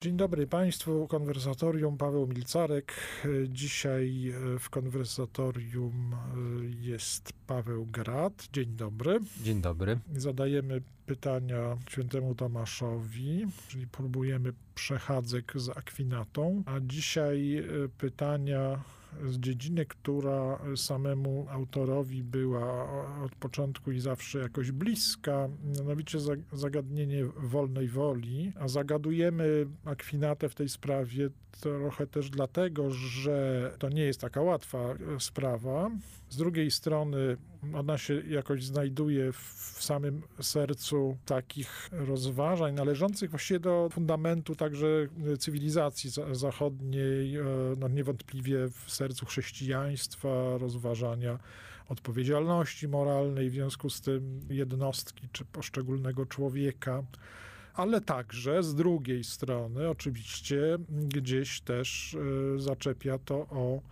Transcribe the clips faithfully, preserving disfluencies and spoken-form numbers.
Dzień dobry Państwu, konwersatorium, Paweł Milcarek. Dzisiaj w konwersatorium jest Paweł Grad. Dzień dobry. Dzień dobry. Zadajemy pytania świętemu Tomaszowi, czyli próbujemy przechadzek z Akwinatą, a dzisiaj pytania z dziedziny, która samemu autorowi była od początku i zawsze jakoś bliska, mianowicie zagadnienie wolnej woli, a zagadujemy Akwinatę w tej sprawie trochę też dlatego, że to nie jest taka łatwa sprawa. Z drugiej strony ona się jakoś znajduje w samym sercu takich rozważań należących właściwie do fundamentu także cywilizacji zachodniej, no niewątpliwie w sercu chrześcijaństwa, rozważania odpowiedzialności moralnej, w związku z tym jednostki czy poszczególnego człowieka. Ale także z drugiej strony oczywiście gdzieś też zaczepia to o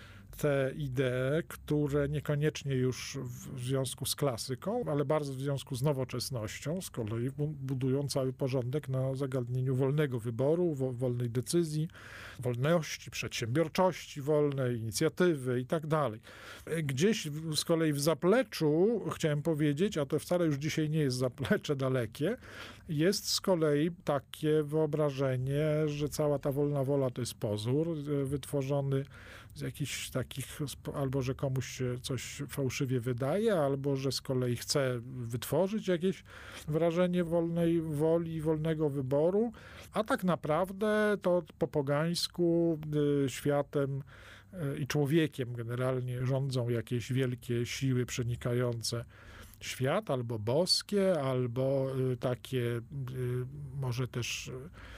te idee, które niekoniecznie już w związku z klasyką, ale bardzo w związku z nowoczesnością, z kolei budują cały porządek na zagadnieniu wolnego wyboru, wolnej decyzji, wolności, przedsiębiorczości wolnej, inicjatywy i tak dalej. Gdzieś z kolei w zapleczu, chciałem powiedzieć, a to wcale już dzisiaj nie jest zaplecze dalekie, jest z kolei takie wyobrażenie, że cała ta wolna wola to jest pozór wytworzony z jakichś takich, albo że komuś się coś fałszywie wydaje, albo że z kolei chce wytworzyć jakieś wrażenie wolnej woli, wolnego wyboru, a tak naprawdę to po pogańsku światem i człowiekiem generalnie rządzą jakieś wielkie siły przenikające świat, albo boskie, albo takie może też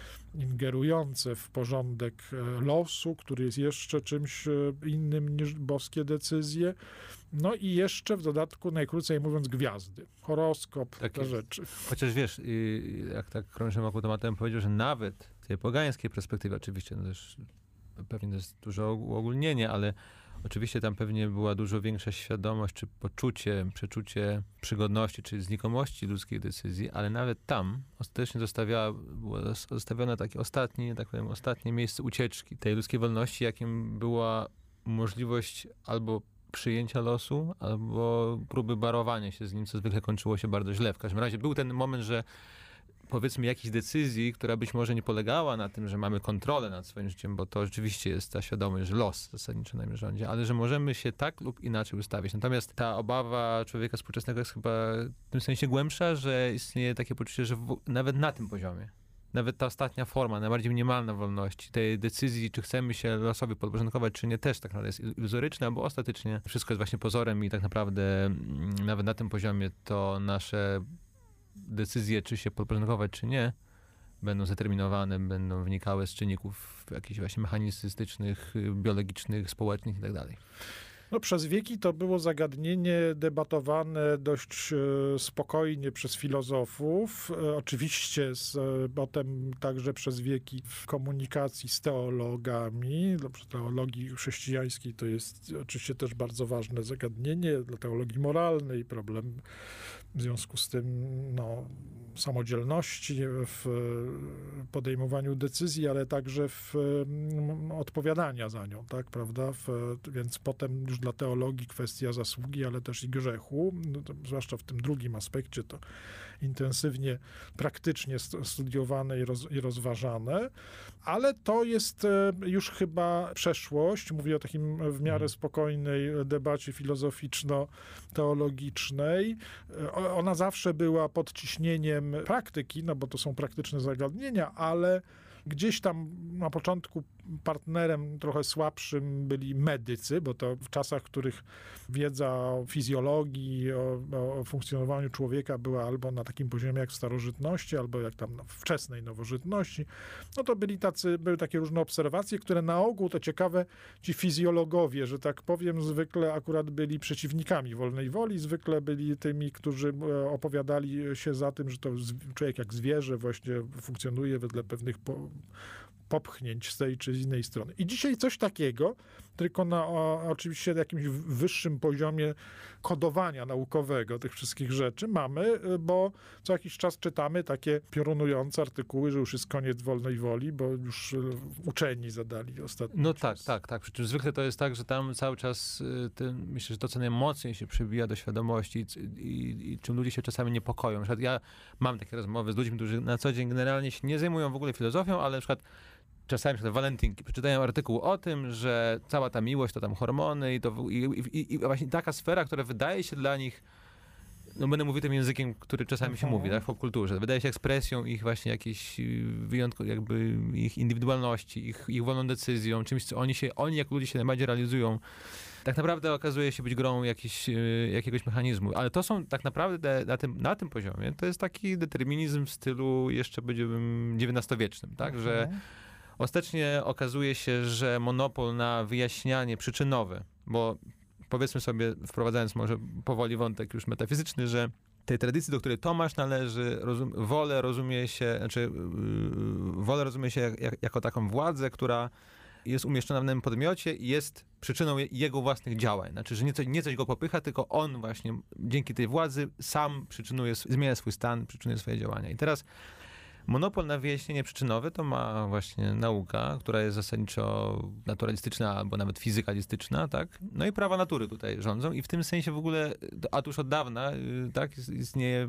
ingerujące w porządek losu, który jest jeszcze czymś innym niż boskie decyzje. No i jeszcze w dodatku, najkrócej mówiąc, gwiazdy, horoskop, tak te rzeczy. Chociaż wiesz, jak tak krążymy wokół tematem, powiedział, że nawet z tej pogańskiej perspektywy, oczywiście, no też pewnie to jest duże uogólnienie, ale oczywiście tam pewnie była dużo większa świadomość, czy poczucie, przeczucie przygodności, czy znikomości ludzkich decyzji, ale nawet tam ostatecznie zostawiała, było zostawione takie ostatnie, tak powiem, ostatnie miejsce ucieczki tej ludzkiej wolności, jakim była możliwość albo przyjęcia losu, albo próby barowania się z nim, co zwykle kończyło się bardzo źle. W każdym razie był ten moment, że powiedzmy jakiejś decyzji, która być może nie polegała na tym, że mamy kontrolę nad swoim życiem, bo to rzeczywiście jest ta świadomość, że los zasadniczo nami rządzi, ale że możemy się tak lub inaczej ustawić. Natomiast ta obawa człowieka współczesnego jest chyba w tym sensie głębsza, że istnieje takie poczucie, że w, nawet na tym poziomie, nawet ta ostatnia forma, najbardziej minimalna wolności, tej decyzji, czy chcemy się losowi podporządkować, czy nie, też tak naprawdę jest iluzoryczna, bo ostatecznie wszystko jest właśnie pozorem i tak naprawdę nawet na tym poziomie to nasze decyzje, czy się podporządkować, czy nie, będą zdeterminowane, będą wynikały z czynników jakichś właśnie mechanistycznych, biologicznych, społecznych i tak dalej. No, przez wieki to było zagadnienie debatowane dość spokojnie przez filozofów. Oczywiście z, potem także przez wieki w komunikacji z teologami. Dla teologii chrześcijańskiej to jest oczywiście też bardzo ważne zagadnienie. Dla teologii moralnej problem w związku z tym no, samodzielności w podejmowaniu decyzji, ale także w odpowiadania za nią, tak, prawda? W, więc potem już dla teologii kwestia zasługi, ale też i grzechu, no to, zwłaszcza w tym drugim aspekcie, to intensywnie, praktycznie studiowane i, roz, i rozważane, ale to jest już chyba przeszłość. Mówię o takim w miarę spokojnej debacie filozoficzno-teologicznej. Ona zawsze była pod ciśnieniem praktyki, no bo to są praktyczne zagadnienia, ale gdzieś tam na początku partnerem trochę słabszym byli medycy, bo to w czasach, w których wiedza o fizjologii, o, o funkcjonowaniu człowieka była albo na takim poziomie jak w starożytności, albo jak tam w wczesnej nowożytności, no to byli tacy, były takie różne obserwacje, które na ogół, to ciekawe, ci fizjologowie, że tak powiem, zwykle akurat byli przeciwnikami wolnej woli, zwykle byli tymi, którzy opowiadali się za tym, że to człowiek jak zwierzę właśnie funkcjonuje wedle pewnych po, popchnięć z tej czy z innej strony. I dzisiaj coś takiego, tylko na o, oczywiście jakimś wyższym poziomie kodowania naukowego tych wszystkich rzeczy mamy, bo co jakiś czas czytamy takie piorunujące artykuły, że już jest koniec wolnej woli, bo już uczeni zadali ostatnio. No tak, tak, tak. Przy czym zwykle to jest tak, że tam cały czas ten, myślę, że to, co najmocniej się przebija do świadomości i, i, i czym ludzie się czasami niepokoją. Na przykład ja mam takie rozmowy z ludźmi, którzy na co dzień generalnie się nie zajmują w ogóle filozofią, ale na przykład czasami na walentynki przeczytają artykuł o tym, że cała ta miłość to tam hormony i to i, i, i właśnie taka sfera, która wydaje się dla nich, no będę mówił tym językiem, który czasami się mówi, tak, w popkulturze, wydaje się ekspresją ich właśnie jakiejś wyjątkowej, jakby ich indywidualności, ich, ich wolną decyzją, czymś, co oni się, oni jak ludzie się najbardziej realizują. Tak naprawdę okazuje się być grą jakiś, jakiegoś mechanizmu, ale to są tak naprawdę na tym, na tym poziomie, to jest taki determinizm w stylu jeszcze powiedziałbym dziewiętnastowiecznym, tak, mhm. że ostatecznie okazuje się, że monopol na wyjaśnianie przyczynowe, bo powiedzmy sobie, wprowadzając może powoli wątek już metafizyczny, że tej tradycji, do której Tomasz należy, rozum, wolę rozumie się, znaczy yy, wolę rozumie się jak, jak, jako taką władzę, która jest umieszczona w danym podmiocie i jest przyczyną jego własnych działań. Znaczy, że nie coś, nie coś go popycha, tylko on właśnie dzięki tej władzy sam przyczynuje, zmienia swój stan, przyczynuje swoje działania. I teraz monopol na wyjaśnienie przyczynowe to ma właśnie nauka, która jest zasadniczo naturalistyczna albo nawet fizykalistyczna, tak? No i prawa natury tutaj rządzą i w tym sensie w ogóle, a tuż od dawna, tak, istnieje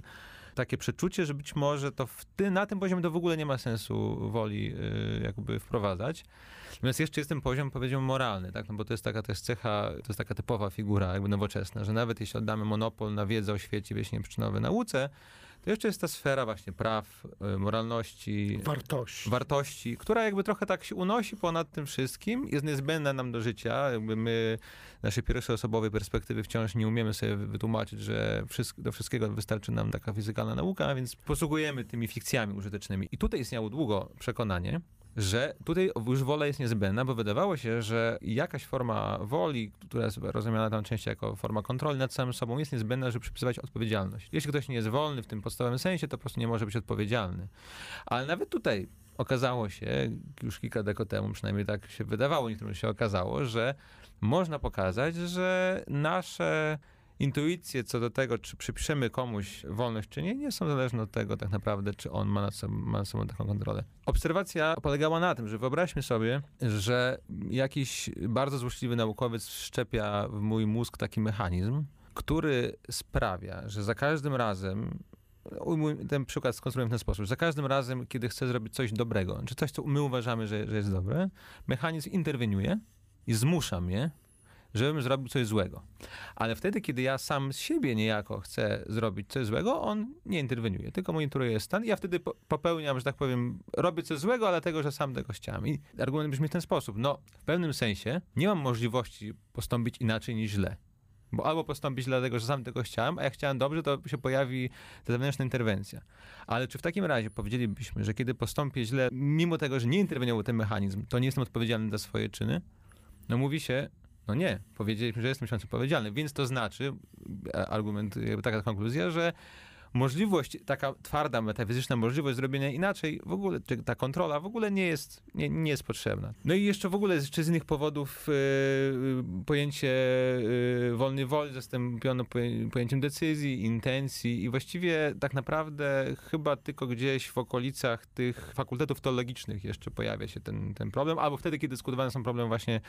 takie przeczucie, że być może to w ty, na tym poziomie to w ogóle nie ma sensu woli jakby wprowadzać. Natomiast jeszcze jest ten poziom, powiedziałbym, moralny, tak? No bo to jest taka też cecha, to jest taka typowa figura jakby nowoczesna, że nawet jeśli oddamy monopol na wiedzę o świecie, wyjaśnienie przyczynowe nauce, to jeszcze jest ta sfera właśnie praw, moralności, wartości. wartości, która jakby trochę tak się unosi ponad tym wszystkim, jest niezbędna nam do życia. Jakby my z naszej pierwszoosobowej perspektywy wciąż nie umiemy sobie wytłumaczyć, że wszystko, do wszystkiego wystarczy nam taka fizykalna nauka, więc posługujemy tymi fikcjami użytecznymi. I tutaj istniało długo przekonanie, że tutaj już wola jest niezbędna, bo wydawało się, że jakaś forma woli, która jest rozumiana tam częściej jako forma kontroli nad samym sobą, jest niezbędna, żeby przypisywać odpowiedzialność. Jeśli ktoś nie jest wolny w tym podstawowym sensie, to po prostu nie może być odpowiedzialny. Ale nawet tutaj okazało się, już kilka dekad temu przynajmniej tak się wydawało, niektórym się okazało, że można pokazać, że nasze intuicje co do tego, czy przypiszemy komuś wolność, czy nie, nie są zależne od tego tak naprawdę, czy on ma nad sobą, ma nad sobą taką kontrolę. Obserwacja polegała na tym, że wyobraźmy sobie, że jakiś bardzo złośliwy naukowiec wszczepia w mój mózg taki mechanizm, który sprawia, że za każdym razem, ten przykład skonstruuję w ten sposób, że za każdym razem, kiedy chcę zrobić coś dobrego, czy coś, co my uważamy, że, że jest dobre, mechanizm interweniuje i zmusza mnie, żebym zrobił coś złego. Ale wtedy, kiedy ja sam z siebie niejako chcę zrobić coś złego, on nie interweniuje, tylko monitoruje stan i ja wtedy popełniam, że tak powiem, robię coś złego, ale dlatego, że sam tego chciałem. I argument brzmi w ten sposób. No, w pewnym sensie nie mam możliwości postąpić inaczej niż źle. Bo albo postąpić dlatego, że sam tego chciałem, a jak chciałem dobrze, to się pojawi ta zewnętrzna interwencja. Ale czy w takim razie powiedzielibyśmy, że kiedy postąpię źle, mimo tego, że nie interweniował ten mechanizm, to nie jestem odpowiedzialny za swoje czyny? No mówi się, no nie, powiedzieliśmy, że jestem odpowiedzialny, więc to znaczy, argument, taka konkluzja, że możliwość, taka twarda, metafizyczna możliwość zrobienia inaczej, w ogóle, czy ta kontrola w ogóle nie jest, nie, nie jest potrzebna. No i jeszcze w ogóle jeszcze z innych powodów yy, pojęcie yy, wolnej woli zastąpiono pojęciem decyzji, intencji i właściwie tak naprawdę chyba tylko gdzieś w okolicach tych fakultetów teologicznych jeszcze pojawia się ten, ten problem, albo wtedy, kiedy dyskutowane są problemy właśnie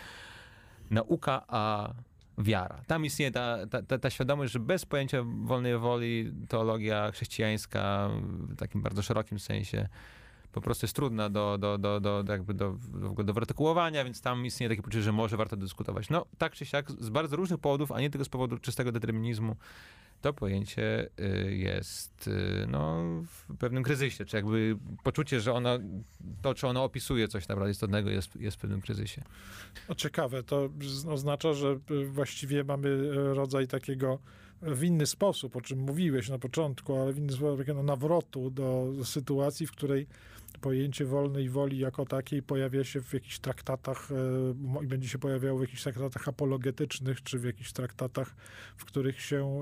nauka, a wiara. Tam istnieje ta, ta, ta, ta świadomość, że bez pojęcia wolnej woli teologia chrześcijańska w takim bardzo szerokim sensie po prostu jest trudna do, do, do, do, do, jakby do, do, do wyartykułowania, więc tam istnieje takie poczucie, że może warto dyskutować. No tak czy siak, z bardzo różnych powodów, a nie tylko z powodu czystego determinizmu, to pojęcie jest no, w pewnym kryzysie, czy jakby poczucie, że ono, to, czy ono opisuje coś naprawdę istotnego, jest, jest w pewnym kryzysie. No ciekawe, to oznacza, że właściwie mamy rodzaj takiego w inny sposób, o czym mówiłeś na początku, ale w inny sposób takiego nawrotu do sytuacji, w której pojęcie wolnej woli jako takiej pojawia się w jakichś traktatach i będzie się pojawiało w jakichś traktatach apologetycznych, czy w jakichś traktatach, w których się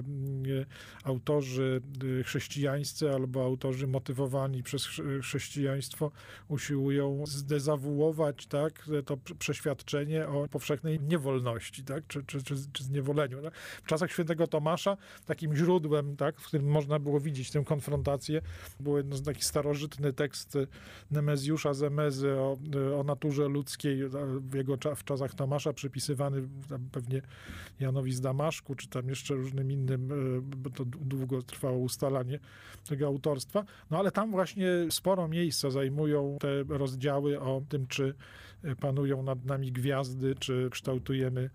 autorzy chrześcijańscy albo autorzy motywowani przez chrześcijaństwo usiłują zdezawuować, tak, to przeświadczenie o powszechnej niewolności, tak, czy, czy, czy, czy zniewoleniu. Tak? W czasach świętego Tomasza takim źródłem, tak, w którym można było widzieć tę konfrontację, był jeden taki starożytny tekst Nemezjusza z Emezy o, o naturze ludzkiej w jego w czasach Tomasza, przypisywany pewnie Janowi z Damaszku, czy tam jeszcze różnym innym, bo to długo trwało ustalanie tego autorstwa. No ale tam właśnie sporo miejsca zajmują te rozdziały o tym, czy panują nad nami gwiazdy, czy kształtujemy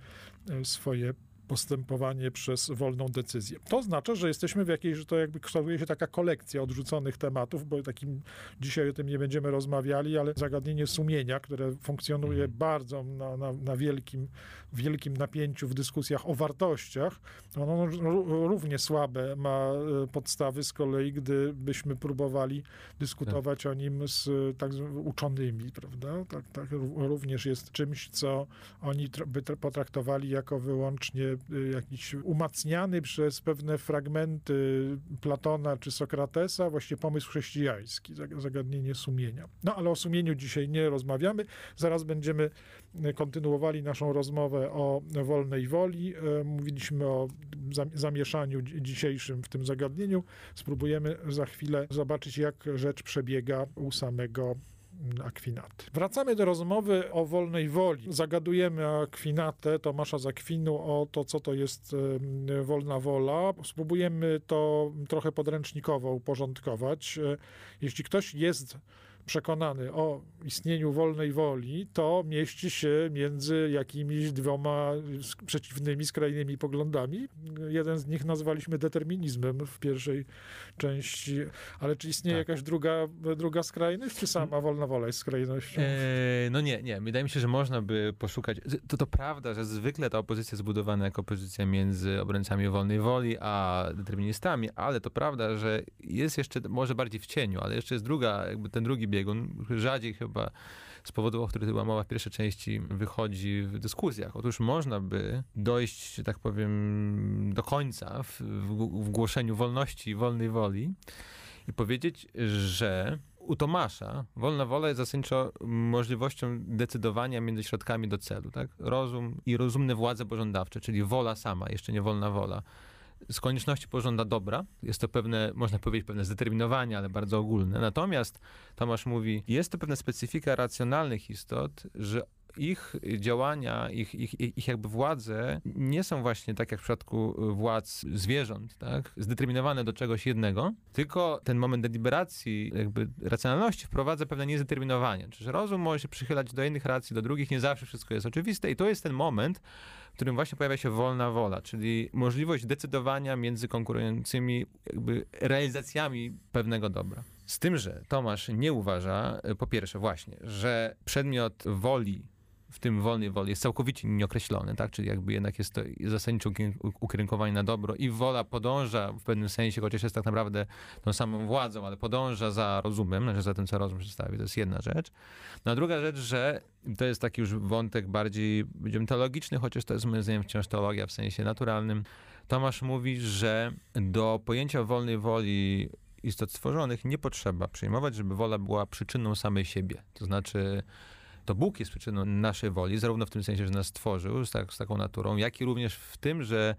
swoje postępowanie przez wolną decyzję. To oznacza, że jesteśmy w jakiejś, że to jakby kształtuje się taka kolekcja odrzuconych tematów, bo takim dzisiaj o tym nie będziemy rozmawiali, ale zagadnienie sumienia, które funkcjonuje mm. bardzo na, na, na wielkim, wielkim napięciu w dyskusjach o wartościach, ono równie słabe ma podstawy z kolei, gdybyśmy próbowali dyskutować tak. o nim z tak uczonymi, prawda? Tak, tak, również jest czymś, co oni by potraktowali jako wyłącznie jakiś umacniany przez pewne fragmenty Platona czy Sokratesa, właśnie pomysł chrześcijański, zagadnienie sumienia. No ale o sumieniu dzisiaj nie rozmawiamy. Zaraz będziemy kontynuowali naszą rozmowę o wolnej woli. Mówiliśmy o zamieszaniu dzisiejszym w tym zagadnieniu. Spróbujemy za chwilę zobaczyć, jak rzecz przebiega u samego Akwinaty. Wracamy do rozmowy o wolnej woli. Zagadujemy Akwinatę, Tomasza z Akwinu, o to, co to jest wolna wola. Spróbujemy to trochę podręcznikowo uporządkować. Jeśli ktoś jest przekonany o istnieniu wolnej woli, to mieści się między jakimiś dwoma przeciwnymi, skrajnymi poglądami. Jeden z nich nazwaliśmy determinizmem w pierwszej części, ale czy istnieje tak. jakaś druga, druga skrajność, czy sama wolna wola jest skrajnością? Eee, no nie, nie. Wydaje mi się, że można by poszukać. To to prawda, że zwykle ta opozycja jest zbudowana jako opozycja między obrońcami wolnej woli a deterministami, ale to prawda, że jest jeszcze, może bardziej w cieniu, ale jeszcze jest druga, jakby ten drugi biegun, rzadziej chyba z powodów, o których była mowa w pierwszej części, wychodzi w dyskusjach. Otóż można by dojść, że tak powiem, do końca w, w, w głoszeniu wolności i wolnej woli i powiedzieć, że u Tomasza wolna wola jest zasadniczo możliwością decydowania między środkami do celu, tak? Rozum i rozumne władze pożądawcze, czyli wola sama, jeszcze nie wolna wola. Z konieczności pożąda dobra. Jest to pewne, można powiedzieć, pewne zdeterminowanie, ale bardzo ogólne. Natomiast Tomasz mówi, jest to pewna specyfika racjonalnych istot, że ich działania, ich, ich, ich jakby władze nie są właśnie tak jak w przypadku władz zwierząt, tak, zdeterminowane do czegoś jednego, tylko ten moment deliberacji, jakby racjonalności wprowadza pewne niezdeterminowanie. Czyli rozum może się przychylać do jednych racji, do drugich, nie zawsze wszystko jest oczywiste i to jest ten moment, w którym właśnie pojawia się wolna wola, czyli możliwość decydowania między konkurującymi jakby realizacjami pewnego dobra. Z tym, że Tomasz nie uważa, po pierwsze właśnie, że przedmiot woli, w tym wolnej woli, jest całkowicie nieokreślony, tak? Czyli jakby jednak jest to zasadniczo ukierunkowanie na dobro i wola podąża w pewnym sensie, chociaż jest tak naprawdę tą samą władzą, ale podąża za rozumem, znaczy za tym, co rozum przedstawi. To jest jedna rzecz. No a druga rzecz, że to jest taki już wątek bardziej, będziemy teologiczny, chociaż to jest moim zdaniem wciąż teologia w sensie naturalnym. Tomasz mówi, że do pojęcia wolnej woli istot stworzonych nie potrzeba przyjmować, żeby wola była przyczyną samej siebie. To znaczy to Bóg jest przyczyną naszej woli, zarówno w tym sensie, że nas stworzył z, tak, z taką naturą, jak i również w tym, że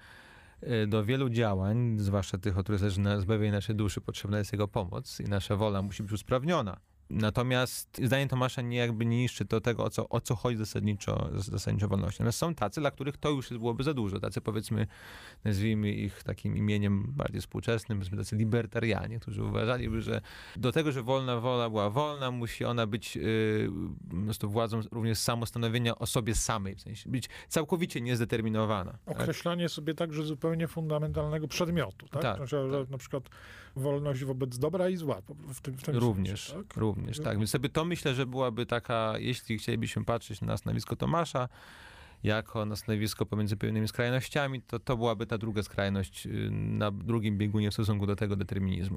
do wielu działań, zwłaszcza tych, o których zależy na zbawieniu naszej duszy, potrzebna jest Jego pomoc i nasza wola musi być usprawniona. Natomiast zdaniem Tomasza nie jakby nie niszczy to tego, o co, o co chodzi zasadniczo, zasadniczo wolnością. Natomiast są tacy, dla których to już byłoby za dużo. Tacy, powiedzmy, nazwijmy ich takim imieniem bardziej współczesnym, tacy libertarianie, którzy uważaliby, że do tego, że wolna wola była wolna, musi ona być yy, po prostu władzą również samostanowienia o sobie samej, w sensie być całkowicie niezdeterminowana. Określanie tak? sobie także zupełnie fundamentalnego przedmiotu, tak? tak, znaczy, tak. Na przykład wolność wobec dobra i zła w tym, w tym Również, sensie, tak? również, tak. Więc sobie to myślę, że byłaby taka, jeśli chcielibyśmy patrzeć na stanowisko Tomasza, jako na stanowisko pomiędzy pewnymi skrajnościami, to to byłaby ta druga skrajność na drugim biegunie w stosunku do tego determinizmu.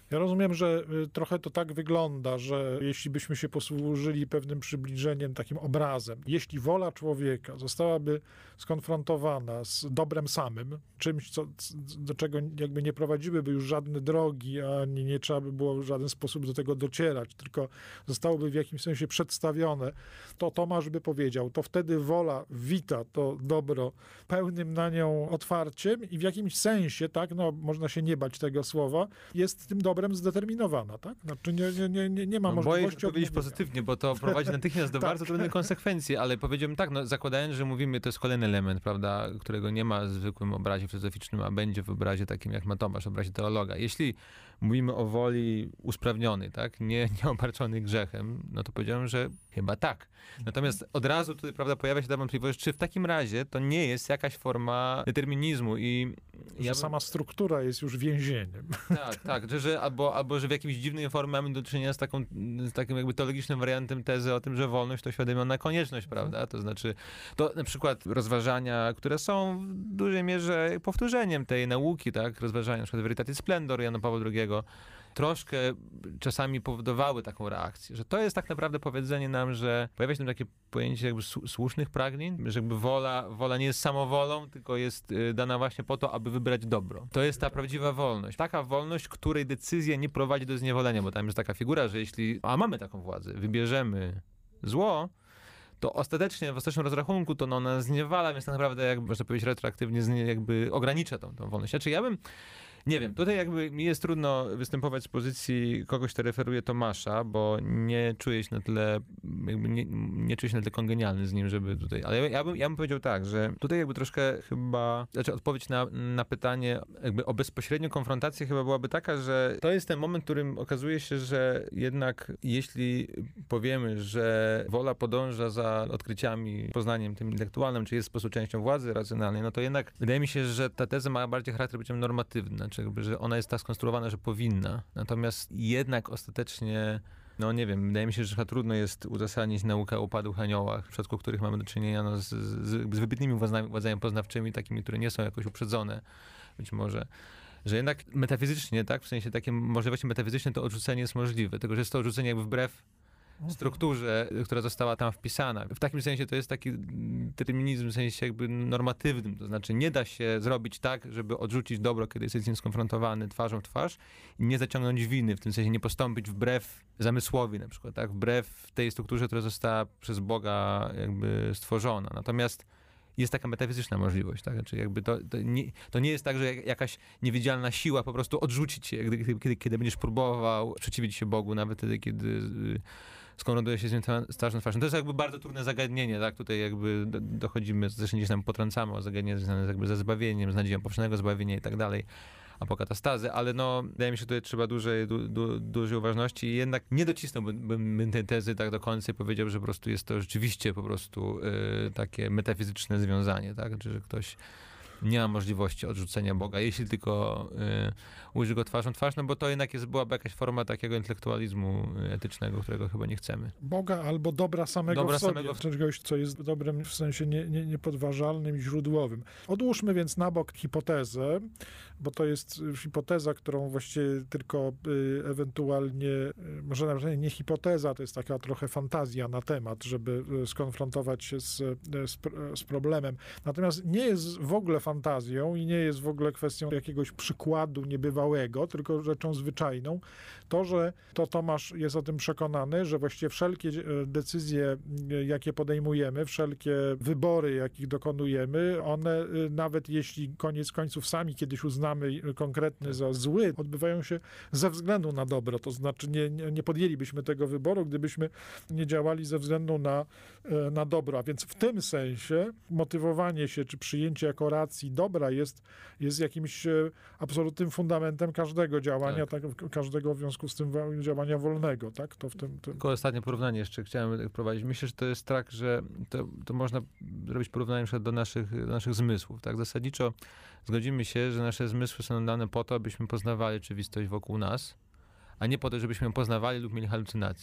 Ja rozumiem, że y, trochę to tak wygląda, że jeśli byśmy się posłużyli pewnym przybliżeniem, takim obrazem, jeśli wola człowieka zostałaby skonfrontowana z dobrem samym, czymś, co, do czego jakby nie prowadziłyby już żadne drogi, ani nie trzeba by było w żaden sposób do tego docierać, tylko zostałoby w jakimś sensie przedstawione, to Tomasz by powiedział, to wtedy wola wita to dobro pełnym na nią otwarciem i w jakimś sensie, tak, no można się nie bać tego słowa, jest tym dobrem zdeterminowana, tak? Znaczy nie, nie, nie, nie, nie ma no, możliwości boję się powiedzieć pozytywnie, bo to prowadzi natychmiast do Tak. bardzo trudnych konsekwencji, ale powiedziałbym tak, no zakładając, że mówimy, to jest kolejny element, prawda, którego nie ma w zwykłym obrazie filozoficznym, a będzie w obrazie takim, jak ma Tomasz, obrazie teologa. Jeśli mówimy o woli usprawnionej, tak, nie, nie obarczonej grzechem, no to powiedziałem, że chyba tak. Natomiast od razu tutaj, prawda, pojawia się ta wątpliwość, czy w takim razie to nie jest jakaś forma determinizmu i że ja sama struktura jest już więzieniem. Tak, tak, że, że albo, albo że w jakiejś dziwnej formie mamy do czynienia z, taką, z takim jakby teologicznym wariantem tezy o tym, że wolność to uświadomiona konieczność, prawda? To znaczy, to na przykład rozważania, które są w dużej mierze powtórzeniem tej nauki, tak? Rozważania na przykład Veritatis Splendor Jana Pawła drugiego, troszkę czasami powodowały taką reakcję, że to jest tak naprawdę powiedzenie nam, że pojawia się tam takie pojęcie jakby słusznych pragnień, że jakby wola, wola nie jest samowolą, tylko jest dana właśnie po to, aby wybrać dobro. To jest ta prawdziwa wolność. Taka wolność, której decyzja nie prowadzi do zniewolenia, bo tam jest taka figura, że jeśli, a mamy taką władzę, wybierzemy zło, to ostatecznie w ostatecznym rozrachunku to no, ona zniewala, więc tak naprawdę, jak można powiedzieć, retroaktywnie znie, jakby ogranicza tą, tą wolność. Znaczy ja bym Nie wiem, tutaj jakby mi jest trudno występować z pozycji kogoś, kto referuje Tomasza, bo nie czuję się na tyle, jakby nie, nie czuję się na tyle kongenialny z nim, żeby tutaj, ale ja, ja, bym, ja bym powiedział tak, że tutaj jakby troszkę chyba, znaczy odpowiedź na, na pytanie jakby o bezpośrednią konfrontację chyba byłaby taka, że to jest ten moment, w którym okazuje się, że jednak jeśli powiemy, że wola podąża za odkryciami, poznaniem tym intelektualnym, czy jest po prostu częścią władzy racjonalnej, no to jednak wydaje mi się, że ta teza ma bardziej charakter, powiedziałem, normatywny, znaczy jakby, że ona jest tak skonstruowana, że powinna. Natomiast jednak ostatecznie, no nie wiem, wydaje mi się, że chyba trudno jest uzasadnić naukę o upadłych aniołach, w przypadku których mamy do czynienia no, z, z, z wybitnymi władzami, władzami poznawczymi, takimi, które nie są jakoś uprzedzone, być może. Że jednak metafizycznie, tak, w sensie takie możliwości metafizyczne, to odrzucenie jest możliwe, tylko że jest to odrzucenie jakby wbrew strukturze, która została tam wpisana. W takim sensie to jest taki determinizm w sensie jakby normatywnym, to znaczy nie da się zrobić tak, żeby odrzucić dobro, kiedy jesteś z nim skonfrontowany twarzą w twarz i nie zaciągnąć winy, w tym sensie nie postąpić wbrew zamysłowi na przykład, tak, wbrew tej strukturze, która została przez Boga jakby stworzona. Natomiast jest taka metafizyczna możliwość, tak? Znaczy jakby to, to, nie, to nie jest tak, że jakaś niewidzialna siła po prostu odrzuci cię, kiedy, kiedy, kiedy będziesz próbował przeciwić się Bogu, nawet wtedy, kiedy skonfrontuje się z nim twarzą w twarz. To jest jakby bardzo trudne zagadnienie, tak? Tutaj jakby dochodzimy, zresztą gdzieś tam potrącamy o zagadnienie związane jakby ze zbawieniem, z nadzieją powszechnego zbawienia i tak dalej, apokatastazy, ale no, wydaje mi się, że tutaj trzeba dużej, du, du, dużej uważności i jednak nie docisnąłbym tej tezy tak do końca i powiedział, że po prostu jest to rzeczywiście po prostu y, takie metafizyczne związanie, tak? Czy że ktoś nie ma możliwości odrzucenia Boga, jeśli tylko y, ujrzy go twarzą w twarz, no bo to jednak jest, byłaby jakaś forma takiego intelektualizmu etycznego, którego chyba nie chcemy. Boga albo dobra samego dobra w sobie, samego w... czegoś, co jest dobrem w sensie nie, nie, niepodważalnym i źródłowym. Odłóżmy więc na bok hipotezę, bo to jest hipoteza, którą właściwie tylko y, ewentualnie, y, może nawet nie hipoteza, to jest taka trochę fantazja na temat, żeby y, skonfrontować się z, z, z problemem. Natomiast nie jest w ogóle fantazją i nie jest w ogóle kwestią jakiegoś przykładu niebywałego, tylko rzeczą zwyczajną. To, że to Tomasz jest o tym przekonany, że właściwie wszelkie decyzje, jakie podejmujemy, wszelkie wybory, jakich dokonujemy, one nawet jeśli koniec końców sami kiedyś uznamy konkretny za zły, odbywają się ze względu na dobro. To znaczy nie, nie podjęlibyśmy tego wyboru, gdybyśmy nie działali ze względu na, na dobro. A więc w tym sensie motywowanie się czy przyjęcie jako racji dobra jest, jest jakimś absolutnym fundamentem każdego działania, tak. Tak, każdego w związku z tym działania wolnego. Tak? To w tym, tym... Tylko ostatnie porównanie jeszcze chciałem wprowadzić. Myślę, że to jest tak, że to, to można zrobić porównanie do naszych, do naszych zmysłów. Tak? Zasadniczo zgodzimy się, że nasze zmysły są dane po to, abyśmy poznawali rzeczywistość wokół nas, a nie po to, żebyśmy ją poznawali lub mieli halucynacje.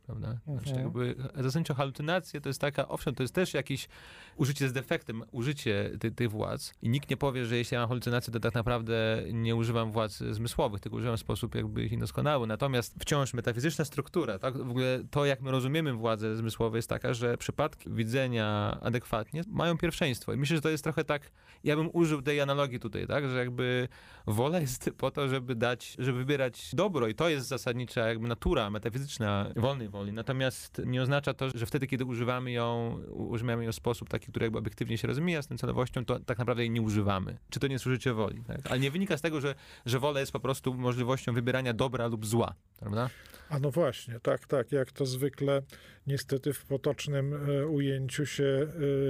prawda? Znaczy, Mhm. jakby zasadniczo halucynacje to jest taka, owszem, to jest też jakieś użycie z defektem, użycie ty, tych władz i nikt nie powie, że jeśli ja mam halucynacje, to tak naprawdę nie używam władz zmysłowych, tylko używam w sposób jakby ich doskonały. Natomiast wciąż metafizyczna struktura, tak? W ogóle to, jak my rozumiemy władzę zmysłowe jest taka, że przypadki widzenia adekwatnie mają pierwszeństwo. I myślę, że to jest trochę tak, ja bym użył tej analogii tutaj, tak? Że jakby wola jest po to, żeby dać, żeby wybierać dobro i to jest zasadnicza jakby natura metafizyczna wolnej woli. Natomiast nie oznacza to, że wtedy, kiedy używamy ją, używamy ją w sposób taki, który jakby obiektywnie się rozumie z tą celowością, to tak naprawdę jej nie używamy. Czy to nie jest użycie woli, tak? Ale nie wynika z tego, że, że wola jest po prostu możliwością wybierania dobra lub zła, prawda? A no właśnie, tak, tak, jak to zwykle niestety w potocznym e, ujęciu się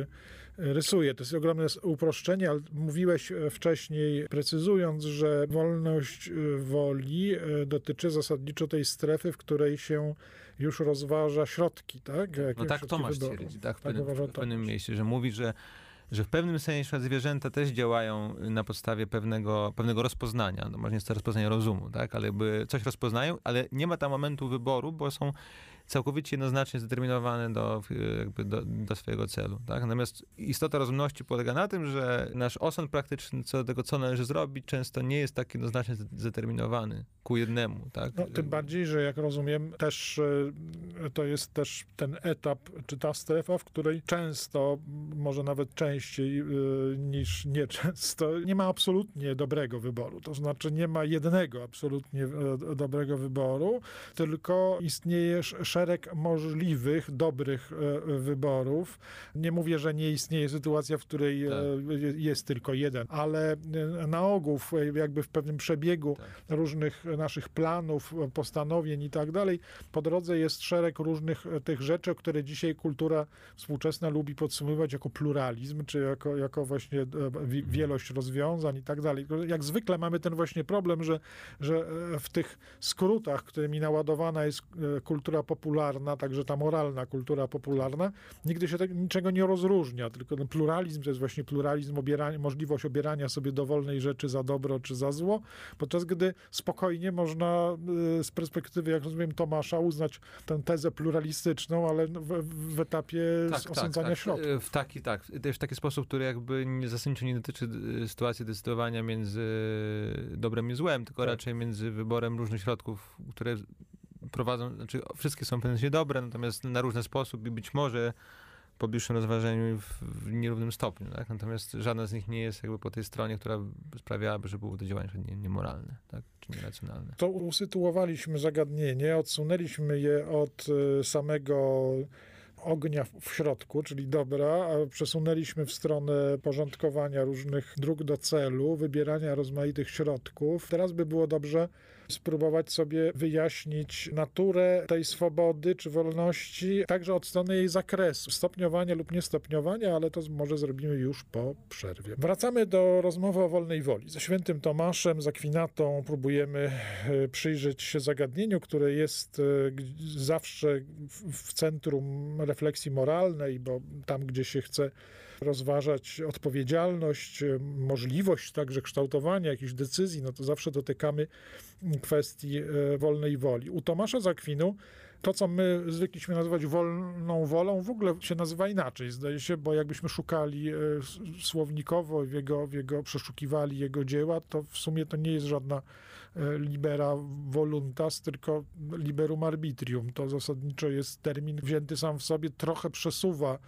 e, rysuje. To jest ogromne uproszczenie, ale mówiłeś wcześniej, precyzując, że wolność woli e, dotyczy zasadniczo tej strefy, w której się już rozważa środki, tak? Jakie No tak środki Tomasz wyboru. twierdzi, tak, w, Tak pewnym, uważa w pewnym Tomasz. miejscu, że mówi, że że w pewnym sensie zwierzęta też działają na podstawie pewnego, pewnego rozpoznania. No może nie jest to rozpoznanie rozumu, tak? Ale jakby coś rozpoznają, ale nie ma tam momentu wyboru, bo są całkowicie jednoznacznie zdeterminowane do, jakby do, do swojego celu. Tak? Natomiast istota rozumności polega na tym, że nasz osąd praktyczny co do tego, co należy zrobić, często nie jest tak jednoznacznie zdeterminowany ku jednemu. Tak? No, tym bardziej, że jak rozumiem, też e, to jest też ten etap, czy ta strefa, w której często, może nawet częściej e, niż nieczęsto, nie ma absolutnie dobrego wyboru. To znaczy nie ma jednego absolutnie e, dobrego wyboru, tylko istnieje sz- szereg możliwych, dobrych e, wyborów. Nie mówię, że nie istnieje sytuacja, w której e, jest tylko jeden, ale e, na ogół w, jakby w pewnym przebiegu Tak. różnych naszych planów, postanowień i tak dalej, po drodze jest szereg różnych tych rzeczy, które dzisiaj kultura współczesna lubi podsumowywać jako pluralizm, czy jako, jako właśnie wi- wielość rozwiązań i tak dalej. Jak zwykle mamy ten właśnie problem, że, że w tych skrótach, którymi naładowana jest kultura popularna, także ta moralna kultura popularna, nigdy się tak, niczego nie rozróżnia, tylko ten pluralizm to jest właśnie pluralizm, obierania, możliwość obierania sobie dowolnej rzeczy za dobro czy za zło, podczas gdy spokojnie można z perspektywy, jak rozumiem, Tomasza uznać tę tezę pluralistyczną, ale w, w etapie Tak, osądzania tak, tak. środków. W taki, tak. Też w taki sposób, który jakby nie, zasadniczo nie dotyczy sytuacji decydowania między dobrem i złem, tylko Tak. raczej między wyborem różnych środków, które prowadzą, znaczy wszystkie są w pewnym sensie dobre, natomiast na różny sposób i być może po bliższym rozważeniu w, w nierównym stopniu, tak? Natomiast żadna z nich nie jest jakby po tej stronie, która sprawiałaby, że były to działania nie, niemoralne, tak? Czy nieracjonalne. To usytuowaliśmy zagadnienie, odsunęliśmy je od y, samego ognia w środku, czyli dobra, a przesunęliśmy w stronę porządkowania różnych dróg do celu, wybierania rozmaitych środków. Teraz by było dobrze spróbować sobie wyjaśnić naturę tej swobody czy wolności, także od strony jej zakresu, stopniowania lub niestopniowania, ale to może zrobimy już po przerwie. Wracamy do rozmowy o wolnej woli. Ze świętym Tomaszem, z Akwinatą próbujemy przyjrzeć się zagadnieniu, które jest zawsze w centrum refleksji moralnej, bo tam, gdzie się chce rozważać odpowiedzialność, możliwość także kształtowania jakichś decyzji, no to zawsze dotykamy kwestii wolnej woli. U Tomasza z Akwinu to, co my zwykliśmy nazywać wolną wolą, w ogóle się nazywa inaczej, zdaje się, bo jakbyśmy szukali słownikowo, w jego, w jego, przeszukiwali jego dzieła, to w sumie to nie jest żadna libera voluntas, tylko liberum arbitrium. To zasadniczo jest termin wzięty sam w sobie, trochę przesuwa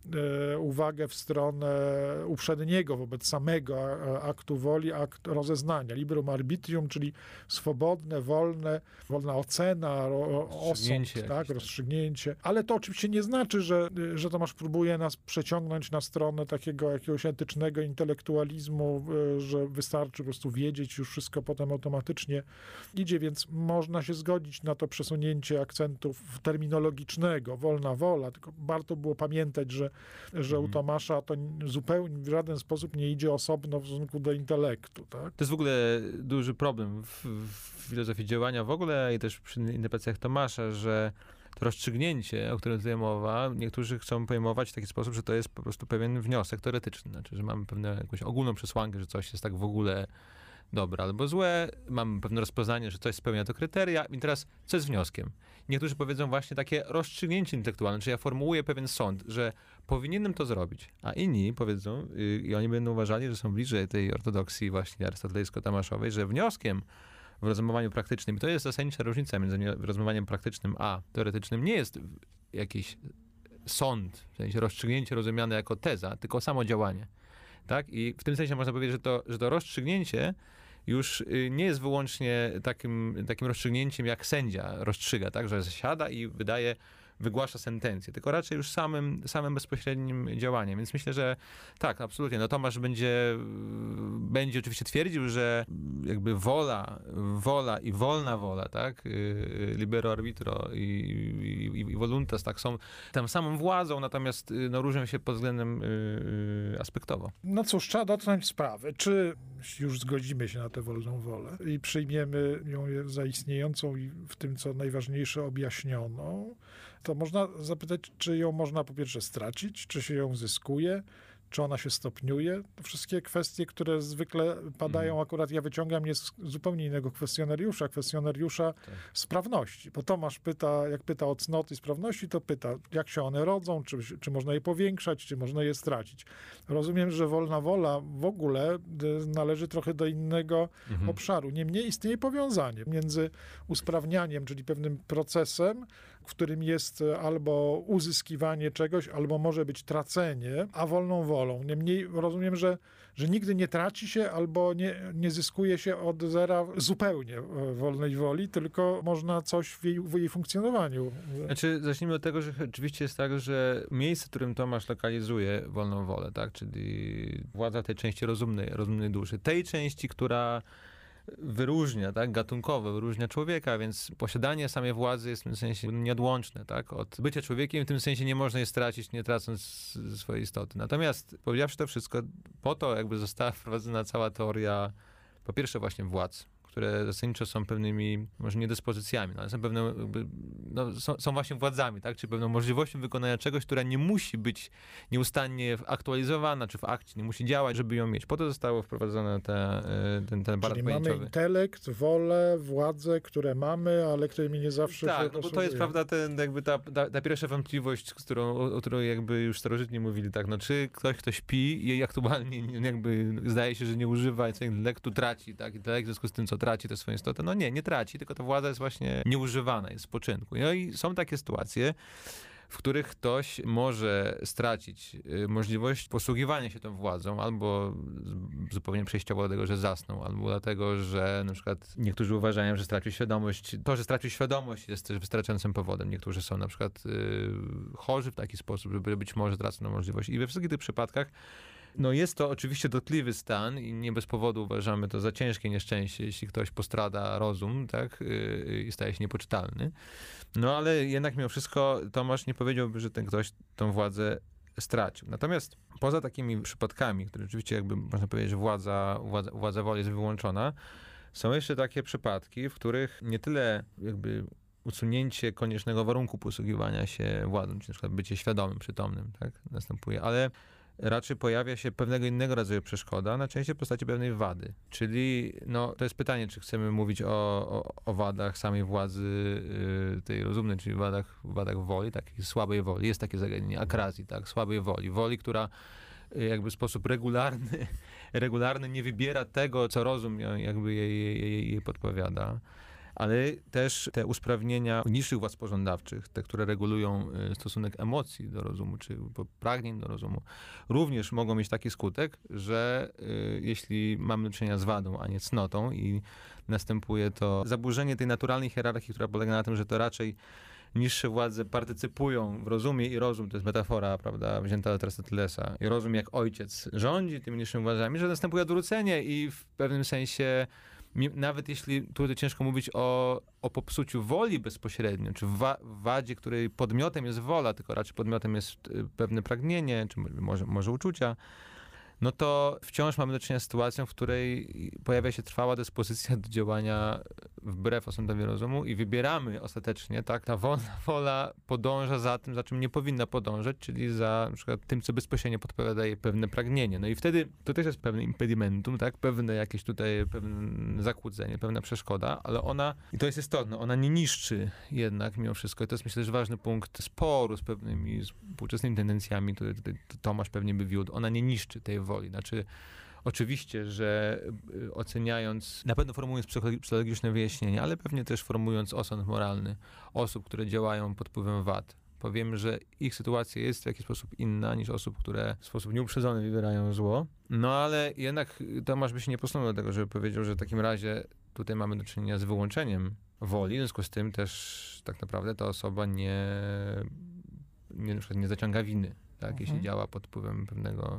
e, uwagę w stronę uprzedniego wobec samego aktu woli, akt rozeznania. Liberum arbitrium, czyli swobodne, wolne, wolna ocena, ro, osąd, tak, rozstrzygnięcie. Ale to oczywiście nie znaczy, że, że Tomasz próbuje nas przeciągnąć na stronę takiego jakiegoś etycznego intelektualizmu, że wystarczy po prostu wiedzieć, już wszystko potem automatycznie idzie, więc można się zgodzić na to przesunięcie akcentów terminologicznego, wolna wola, tylko warto było pamiętać, że, że u Tomasza to zupełnie w żaden sposób nie idzie osobno w stosunku do intelektu. Tak? To jest w ogóle duży problem w, w filozofii działania w ogóle i też przy interpretacjach Tomasza, że to rozstrzygnięcie, o którym tutaj mowa, niektórzy chcą pojmować w taki sposób, że to jest po prostu pewien wniosek teoretyczny, znaczy, że mamy pewną jakąś ogólną przesłankę, że coś jest tak w ogóle dobre albo złe, mamy pewne rozpoznanie, że coś spełnia to kryteria i teraz co jest wnioskiem? Niektórzy powiedzą właśnie takie rozstrzygnięcie intelektualne, czyli ja formułuję pewien sąd, że powinienem to zrobić, a inni powiedzą yy, i oni będą uważali, że są bliżej tej ortodoksji właśnie arystotelejsko-tomaszowej, że wnioskiem w rozumowaniu praktycznym, i to jest zasadnicza różnica między rozumowaniem praktycznym a teoretycznym, nie jest jakiś sąd, w sensie rozstrzygnięcie rozumiane jako teza, tylko samo działanie. Tak? I w tym sensie można powiedzieć, że to, że to rozstrzygnięcie już nie jest wyłącznie takim, takim rozstrzygnięciem, jak sędzia rozstrzyga, tak? Że siada i wydaje, wygłasza sentencję, tylko raczej już samym, samym bezpośrednim działaniem. Więc myślę, że tak, absolutnie. No Tomasz będzie, będzie oczywiście twierdził, że jakby wola, wola i wolna wola, tak? Libero arbitro i, i, i voluntas, tak, są tam samą władzą, natomiast no, różnią się pod względem yy, aspektowo. No cóż, trzeba dotknąć sprawy. Czy już zgodzimy się na tę wolną wolę i przyjmiemy ją za istniejącą i w tym, co najważniejsze, objaśnioną, to można zapytać, czy ją można po pierwsze stracić, czy się ją zyskuje, czy ona się stopniuje. To wszystkie kwestie, które zwykle padają, mm. akurat ja wyciągam je z zupełnie innego kwestionariusza, kwestionariusza tak. sprawności. Bo Tomasz pyta, jak pyta o cnoty i sprawności, to pyta, jak się one rodzą, czy, czy można je powiększać, czy można je stracić. Rozumiem, że wolna wola w ogóle należy trochę do innego mm-hmm. obszaru. Niemniej istnieje powiązanie między usprawnianiem, czyli pewnym procesem, w którym jest albo uzyskiwanie czegoś, albo może być tracenie, a wolną wolą. Niemniej rozumiem, że, że nigdy nie traci się albo nie, nie zyskuje się od zera zupełnie wolnej woli, tylko można coś w jej, w jej funkcjonowaniu. Znaczy, zacznijmy od tego, że rzeczywiście jest tak, że miejsce, w którym Tomasz lokalizuje wolną wolę, tak, czyli władza tej części rozumnej, rozumnej duszy, tej części, która wyróżnia, tak, gatunkowo wyróżnia człowieka, więc posiadanie samej władzy jest w tym sensie nieodłączne, tak, od bycia człowiekiem, w tym sensie nie można je stracić, nie tracąc swojej istoty. Natomiast powiedziawszy to wszystko, po to jakby została wprowadzona cała teoria, po pierwsze właśnie władz, które zasadniczo są pewnymi, może nie dyspozycjami, no, ale są pewne, jakby, no, są, są właśnie władzami, tak, czy pewną możliwością wykonania czegoś, która nie musi być nieustannie aktualizowana, czy w akcie, nie musi działać, żeby ją mieć. Po to zostało wprowadzone te, ten, ten aparat Czyli pojęciowy. mamy intelekt, wolę, władzę, które mamy, ale którymi nie zawsze tak, no bo to jest, prawda, ten, jakby ta, ta, ta pierwsza wątpliwość, z którą, o, o której jakby już starożytni mówili, tak, no czy ktoś, kto śpi i aktualnie jakby zdaje się, że nie używa intelektu, traci, tak, intelekt w związku z tym, co traci tę swoją istotę. No nie, nie traci, tylko ta władza jest właśnie nieużywana, jest w spoczynku. No i są takie sytuacje, w których ktoś może stracić możliwość posługiwania się tą władzą, albo zupełnie przejściowo dlatego, że zasnął, albo dlatego, że na przykład niektórzy uważają, że stracił świadomość. To, że stracił świadomość, jest też wystarczającym powodem. Niektórzy są na przykład yy, chorzy w taki sposób, żeby być może tracą możliwość. I we wszystkich tych przypadkach no jest to oczywiście dotkliwy stan i nie bez powodu uważamy to za ciężkie nieszczęście, jeśli ktoś postrada rozum, tak, i staje się niepoczytalny. No ale jednak mimo wszystko Tomasz nie powiedziałby, że ten ktoś tą władzę stracił. Natomiast poza takimi przypadkami, które rzeczywiście jakby można powiedzieć, że władza, władza, władza woli jest wyłączona, są jeszcze takie przypadki, w których nie tyle jakby usunięcie koniecznego warunku posługiwania się władzą, czy na przykład bycie świadomym, przytomnym, tak, następuje, ale raczej pojawia się pewnego innego rodzaju przeszkoda, najczęściej w postaci pewnej wady. Czyli no, to jest pytanie, czy chcemy mówić o, o, o wadach samej władzy yy, tej rozumnej, czyli wadach, wadach woli, takiej słabej woli. Jest takie zagadnienie akrazji, tak, słabej woli. Woli, która jakby w sposób regularny, regularny nie wybiera tego, co rozum jakby jej, jej, jej podpowiada. Ale też te usprawnienia niższych władz pożądawczych, te, które regulują stosunek emocji do rozumu, czy pragnień do rozumu, również mogą mieć taki skutek, że y, jeśli mamy do czynienia z wadą, a nie cnotą i następuje to zaburzenie tej naturalnej hierarchii, która polega na tym, że to raczej niższe władze partycypują w rozumie i rozum, to jest metafora, prawda, wzięta od Arystotelesa, i rozum jak ojciec rządzi tymi niższymi władzami, że następuje odwrócenie i w pewnym sensie nawet jeśli tutaj ciężko mówić o, o popsuciu woli bezpośrednio, czy wa- wadzie, której podmiotem jest wola, tylko raczej podmiotem jest pewne pragnienie, czy może, może uczucia, no to wciąż mamy do czynienia z sytuacją, w której pojawia się trwała dyspozycja do działania wbrew osądowi rozumu i wybieramy ostatecznie, tak, ta wolna wola podąża za tym, za czym nie powinna podążać, czyli za na przykład tym, co bezpośrednio podpowiada jej pewne pragnienie. No i wtedy to też jest pewne impedimentum, tak, pewne jakieś tutaj pewne zakłócenie, pewna przeszkoda, ale ona, i to jest istotne, ona nie niszczy jednak mimo wszystko, i to jest myślę, że ważny punkt sporu z pewnymi współczesnymi tendencjami, tutaj, tutaj Tomasz pewnie by wiódł, ona nie niszczy tej woli. Znaczy, oczywiście, że oceniając, na pewno formułując psychologiczne wyjaśnienia, ale pewnie też formułując osąd moralny osób, które działają pod wpływem wad, powiemy, że ich sytuacja jest w jakiś sposób inna niż osób, które w sposób nieuprzedzony wybierają zło. No ale jednak Tomasz by się nie posunął do tego, żeby powiedział, że w takim razie tutaj mamy do czynienia z wyłączeniem woli, w związku z tym też tak naprawdę ta osoba nie, nie, na przykład nie zaciąga winy, tak, mhm. jeśli działa pod wpływem pewnego...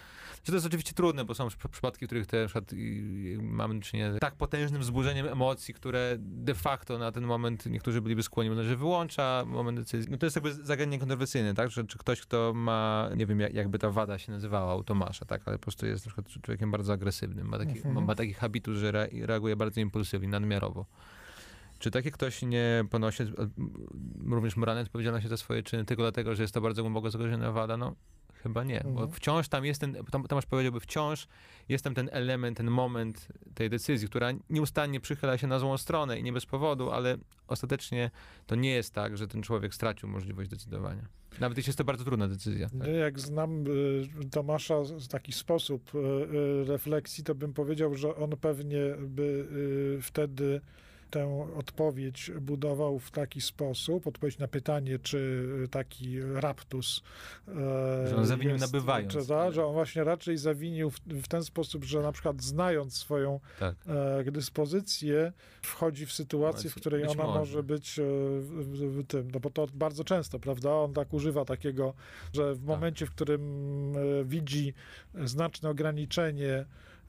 To jest oczywiście trudne, bo są przypadki, w których te, na przykład, mamy do czynienia z tak potężnym wzburzeniem emocji, które de facto na ten moment niektórzy byliby skłonni, że wyłącza moment decyzji. No to jest jakby zagadnienie kontrowersyjne, tak? Że czy ktoś, kto ma, nie wiem jak, jakby ta wada się nazywała u Tomasza, tak? Ale po prostu jest na przykład człowiekiem bardzo agresywnym, ma taki, mhm. ma, ma taki habitus, że re, reaguje bardzo impulsywnie, nadmiarowo. Czy taki ktoś nie ponosi również moralnej odpowiedzialności za swoje czyny tylko dlatego, że jest to bardzo głęboko zagrożona wada? No chyba nie, mhm. bo wciąż tam jest ten, Tomasz powiedziałby, wciąż jest tam ten element, ten moment tej decyzji, która nieustannie przychyla się na złą stronę i nie bez powodu, ale ostatecznie to nie jest tak, że ten człowiek stracił możliwość decydowania. Nawet jeśli jest to bardzo trudna decyzja. Tak? Jak znam y, Tomasza w taki sposób y, y, refleksji, to bym powiedział, że on pewnie by y, wtedy tę odpowiedź budował w taki sposób, odpowiedź na pytanie, czy taki raptus... E, że on zawinił jest, nabywając. Czy, da, że on właśnie raczej zawinił w, w ten sposób, że na przykład znając swoją tak. e, dyspozycję, wchodzi w sytuację, w której ona może, może być e, w, w tym, no bo to bardzo często, prawda, on tak używa takiego, że w momencie, tak. w którym e, widzi znaczne ograniczenie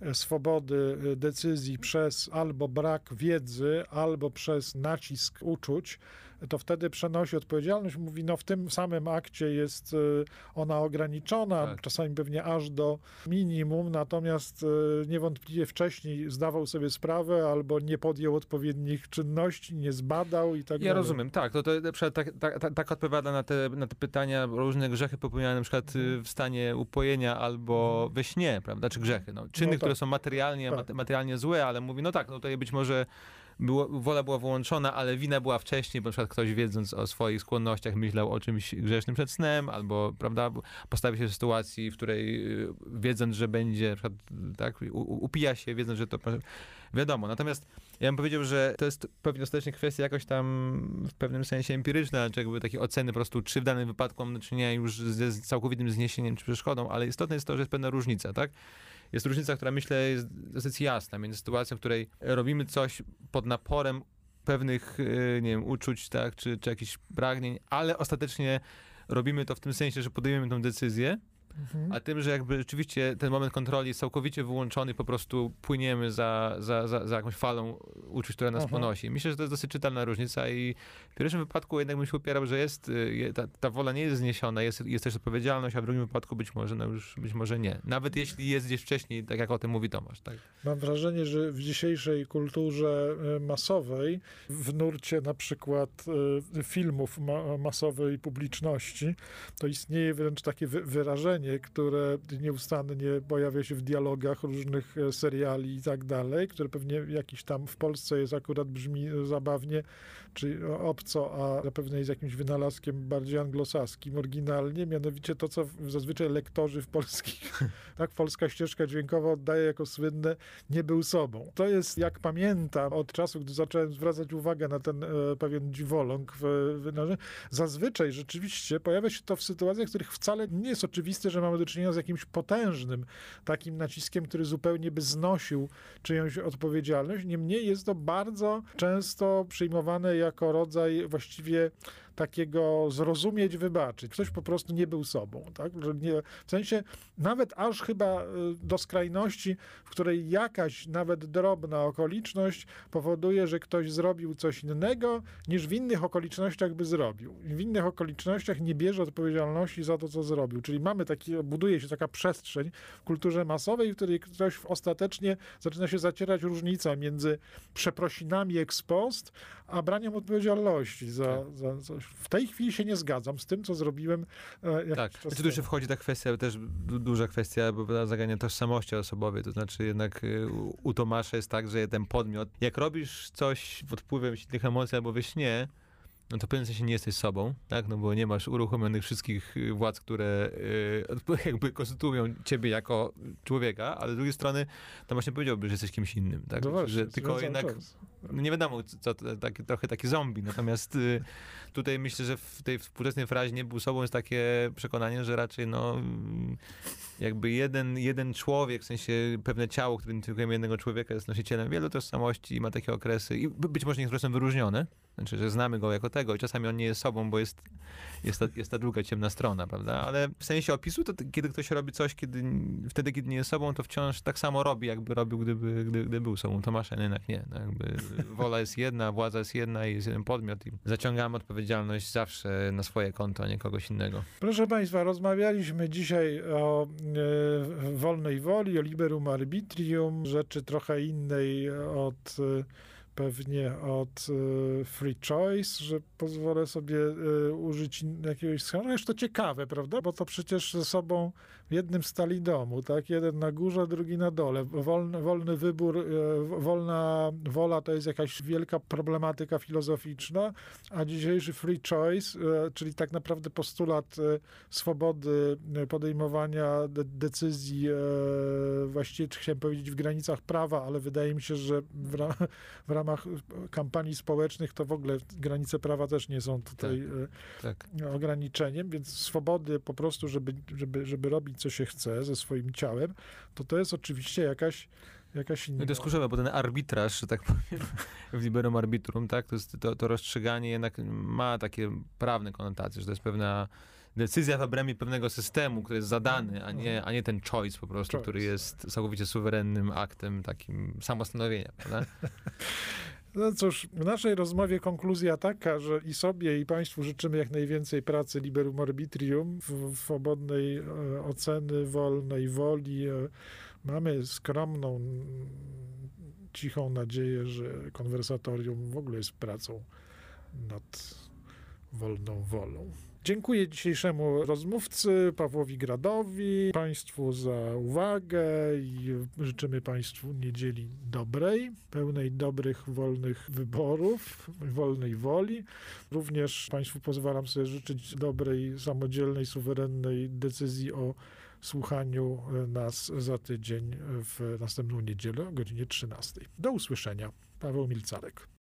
swobody decyzji przez albo brak wiedzy, albo przez nacisk uczuć, to wtedy przenosi odpowiedzialność, mówi, no w tym samym akcie jest ona ograniczona, tak. czasami pewnie aż do minimum, natomiast niewątpliwie wcześniej zdawał sobie sprawę, albo nie podjął odpowiednich czynności, nie zbadał i tak dalej. Ja rozumiem, tak, to, to tak, tak, tak, tak odpowiada na te, na te pytania, różne grzechy popełniane na przykład w stanie upojenia albo we śnie, prawda, czy grzechy, no, czyny, no tak. które są materialnie, tak. materialnie złe, ale mówi, no tak, no tutaj być może Było, wola była wyłączona, ale wina była wcześniej, bo na przykład ktoś wiedząc o swoich skłonnościach myślał o czymś grzesznym przed snem, albo prawda, postawił się w sytuacji, w której wiedząc, że będzie, na przykład, tak, upija się, wiedząc, że to wiadomo. Natomiast ja bym powiedział, że to jest pewnie ostatecznie kwestia jakoś tam w pewnym sensie empiryczna, czy jakby takiej oceny po prostu, czy w danym wypadku mam do czynienia już ze całkowitym zniesieniem, czy przeszkodą, ale istotne jest to, że jest pewna różnica, tak? Jest różnica, która myślę jest dosyć jasna między sytuacją, w której robimy coś pod naporem pewnych, nie wiem, uczuć, tak, czy, czy jakichś pragnień, ale ostatecznie robimy to w tym sensie, że podejmujemy tę decyzję, mhm. a tym, że jakby rzeczywiście ten moment kontroli jest całkowicie wyłączony, po prostu płyniemy za, za, za, za jakąś falą uczuć, która nas mhm. ponosi. Myślę, że to jest dosyć czytelna różnica i w pierwszym wypadku jednak bym się upierał, że jest, ta, ta wola nie jest zniesiona, jest, jest też odpowiedzialność, a w drugim wypadku być może, no już być może nie. Nawet jeśli jest gdzieś wcześniej, tak jak o tym mówi Tomasz. Tak? Mam wrażenie, że w dzisiejszej kulturze masowej, w nurcie na przykład filmów ma- masowej publiczności, to istnieje wręcz takie wy- wyrażenie, które nieustannie pojawia się w dialogach różnych seriali i tak dalej, które pewnie jakiś tam w Polsce jest akurat brzmi zabawnie, czy obco, a zapewne jest jakimś wynalazkiem bardziej anglosaskim oryginalnie, mianowicie to, co zazwyczaj lektorzy w polskich, tak, polska ścieżka dźwiękowa oddaje jako słynne nie był sobą. To jest, jak pamiętam, od czasu, gdy zacząłem zwracać uwagę na ten e, pewien dziwoląg w wynarzeniu, zazwyczaj rzeczywiście pojawia się to w sytuacjach, w których wcale nie jest oczywiste, że mamy do czynienia z jakimś potężnym takim naciskiem, który zupełnie by znosił czyjąś odpowiedzialność. Niemniej jest to bardzo często przyjmowane jako rodzaj właściwie takiego zrozumieć, wybaczyć. Ktoś po prostu nie był sobą, tak? Że nie, w sensie nawet aż chyba y, do skrajności, w której jakaś nawet drobna okoliczność powoduje, że ktoś zrobił coś innego, niż w innych okolicznościach by zrobił. W innych okolicznościach nie bierze odpowiedzialności za to, co zrobił. Czyli mamy taki, buduje się taka przestrzeń w kulturze masowej, w której ktoś ostatecznie zaczyna się zacierać różnica między przeprosinami ex post, a braniem odpowiedzialności za, Tak. za coś. W tej chwili się nie zgadzam z tym, co zrobiłem e, jakiś Tak, czas znaczy tu temu. jeszcze wchodzi ta kwestia, też du- duża kwestia bo zagadnienia tożsamości osobowej, to znaczy jednak y, u, u Tomasza jest tak, że ten podmiot, jak robisz coś pod wpływem silnych emocji albo we śnie, no to w pewnym sensie nie jesteś sobą, tak, no bo nie masz uruchomionych wszystkich y, władz, które y, jakby konstytuują ciebie jako człowieka, ale z drugiej strony to właśnie powiedziałby, że jesteś kimś innym, tak, No właśnie, że tylko zgadzam jednak czas. no nie wiadomo, co, to, taki, trochę taki zombie, natomiast y, tutaj myślę, że w tej współczesnej frazie nie był sobą jest takie przekonanie, że raczej no mm, jakby jeden, jeden człowiek, w sensie pewne ciało, które identyfikujemy jednego człowieka, jest nosicielem wielu tożsamości i ma takie okresy i by- być może niektóre są wyróżnione, znaczy, że znamy go jako tego i czasami on nie jest sobą, bo jest, jest, ta, jest ta druga ciemna strona, prawda, ale w sensie opisu, to t- kiedy ktoś robi coś, kiedy, wtedy, kiedy nie jest sobą, to wciąż tak samo robi, jakby robił, gdyby, gdy, gdy był sobą. Tomasza jednak nie, no jakby wola jest jedna, władza jest jedna i jest jeden podmiot i zaciągamy odpowiedzialność zawsze na swoje konto, a nie kogoś innego. Proszę Państwa, rozmawialiśmy dzisiaj o e, wolnej woli, o liberum arbitrium, rzeczy trochę innej od e, pewnie od e, free choice, że pozwolę sobie e, użyć in- jakiegoś schematu. Jest to ciekawe, prawda? Bo to przecież ze sobą w jednym stali domu, tak? Jeden na górze, drugi na dole. Wolny, wolny wybór, e, wolna wola to jest jakaś wielka problematyka filozoficzna, a dzisiejszy free choice, e, czyli tak naprawdę postulat e, swobody e, podejmowania de- decyzji, e, właściwie chciałem powiedzieć w granicach prawa, ale wydaje mi się, że w, ra- w ramach kampanii społecznych to w ogóle granice prawa też nie są tutaj Tak. e, ograniczeniem, więc swobody po prostu, żeby, żeby, żeby robić co się chce ze swoim ciałem, to to jest oczywiście jakaś jakaś inna. No to jest kurzowe, bo ten arbitraż, że tak powiem, w liberum arbitrum, tak, to, jest, to, to rozstrzyganie jednak ma takie prawne konotacje, że to jest pewna decyzja w obrębie pewnego systemu, który jest zadany, a nie, a nie ten choice po prostu, Choice. który jest całkowicie suwerennym aktem takim samostanowienia, prawda? No cóż, w naszej rozmowie konkluzja taka, że i sobie, i Państwu życzymy jak najwięcej pracy liberum arbitrium, w- swobodnej e, oceny, wolnej woli. E, mamy skromną, mm, cichą nadzieję, że konwersatorium w ogóle jest pracą nad wolną wolą. Dziękuję dzisiejszemu rozmówcy, Pawłowi Gradowi, Państwu za uwagę i życzymy Państwu niedzieli dobrej, pełnej dobrych, wolnych wyborów, wolnej woli. Również Państwu pozwalam sobie życzyć dobrej, samodzielnej, suwerennej decyzji o słuchaniu nas za tydzień w następną niedzielę o godzinie trzynastej. Do usłyszenia. Paweł Milcarek.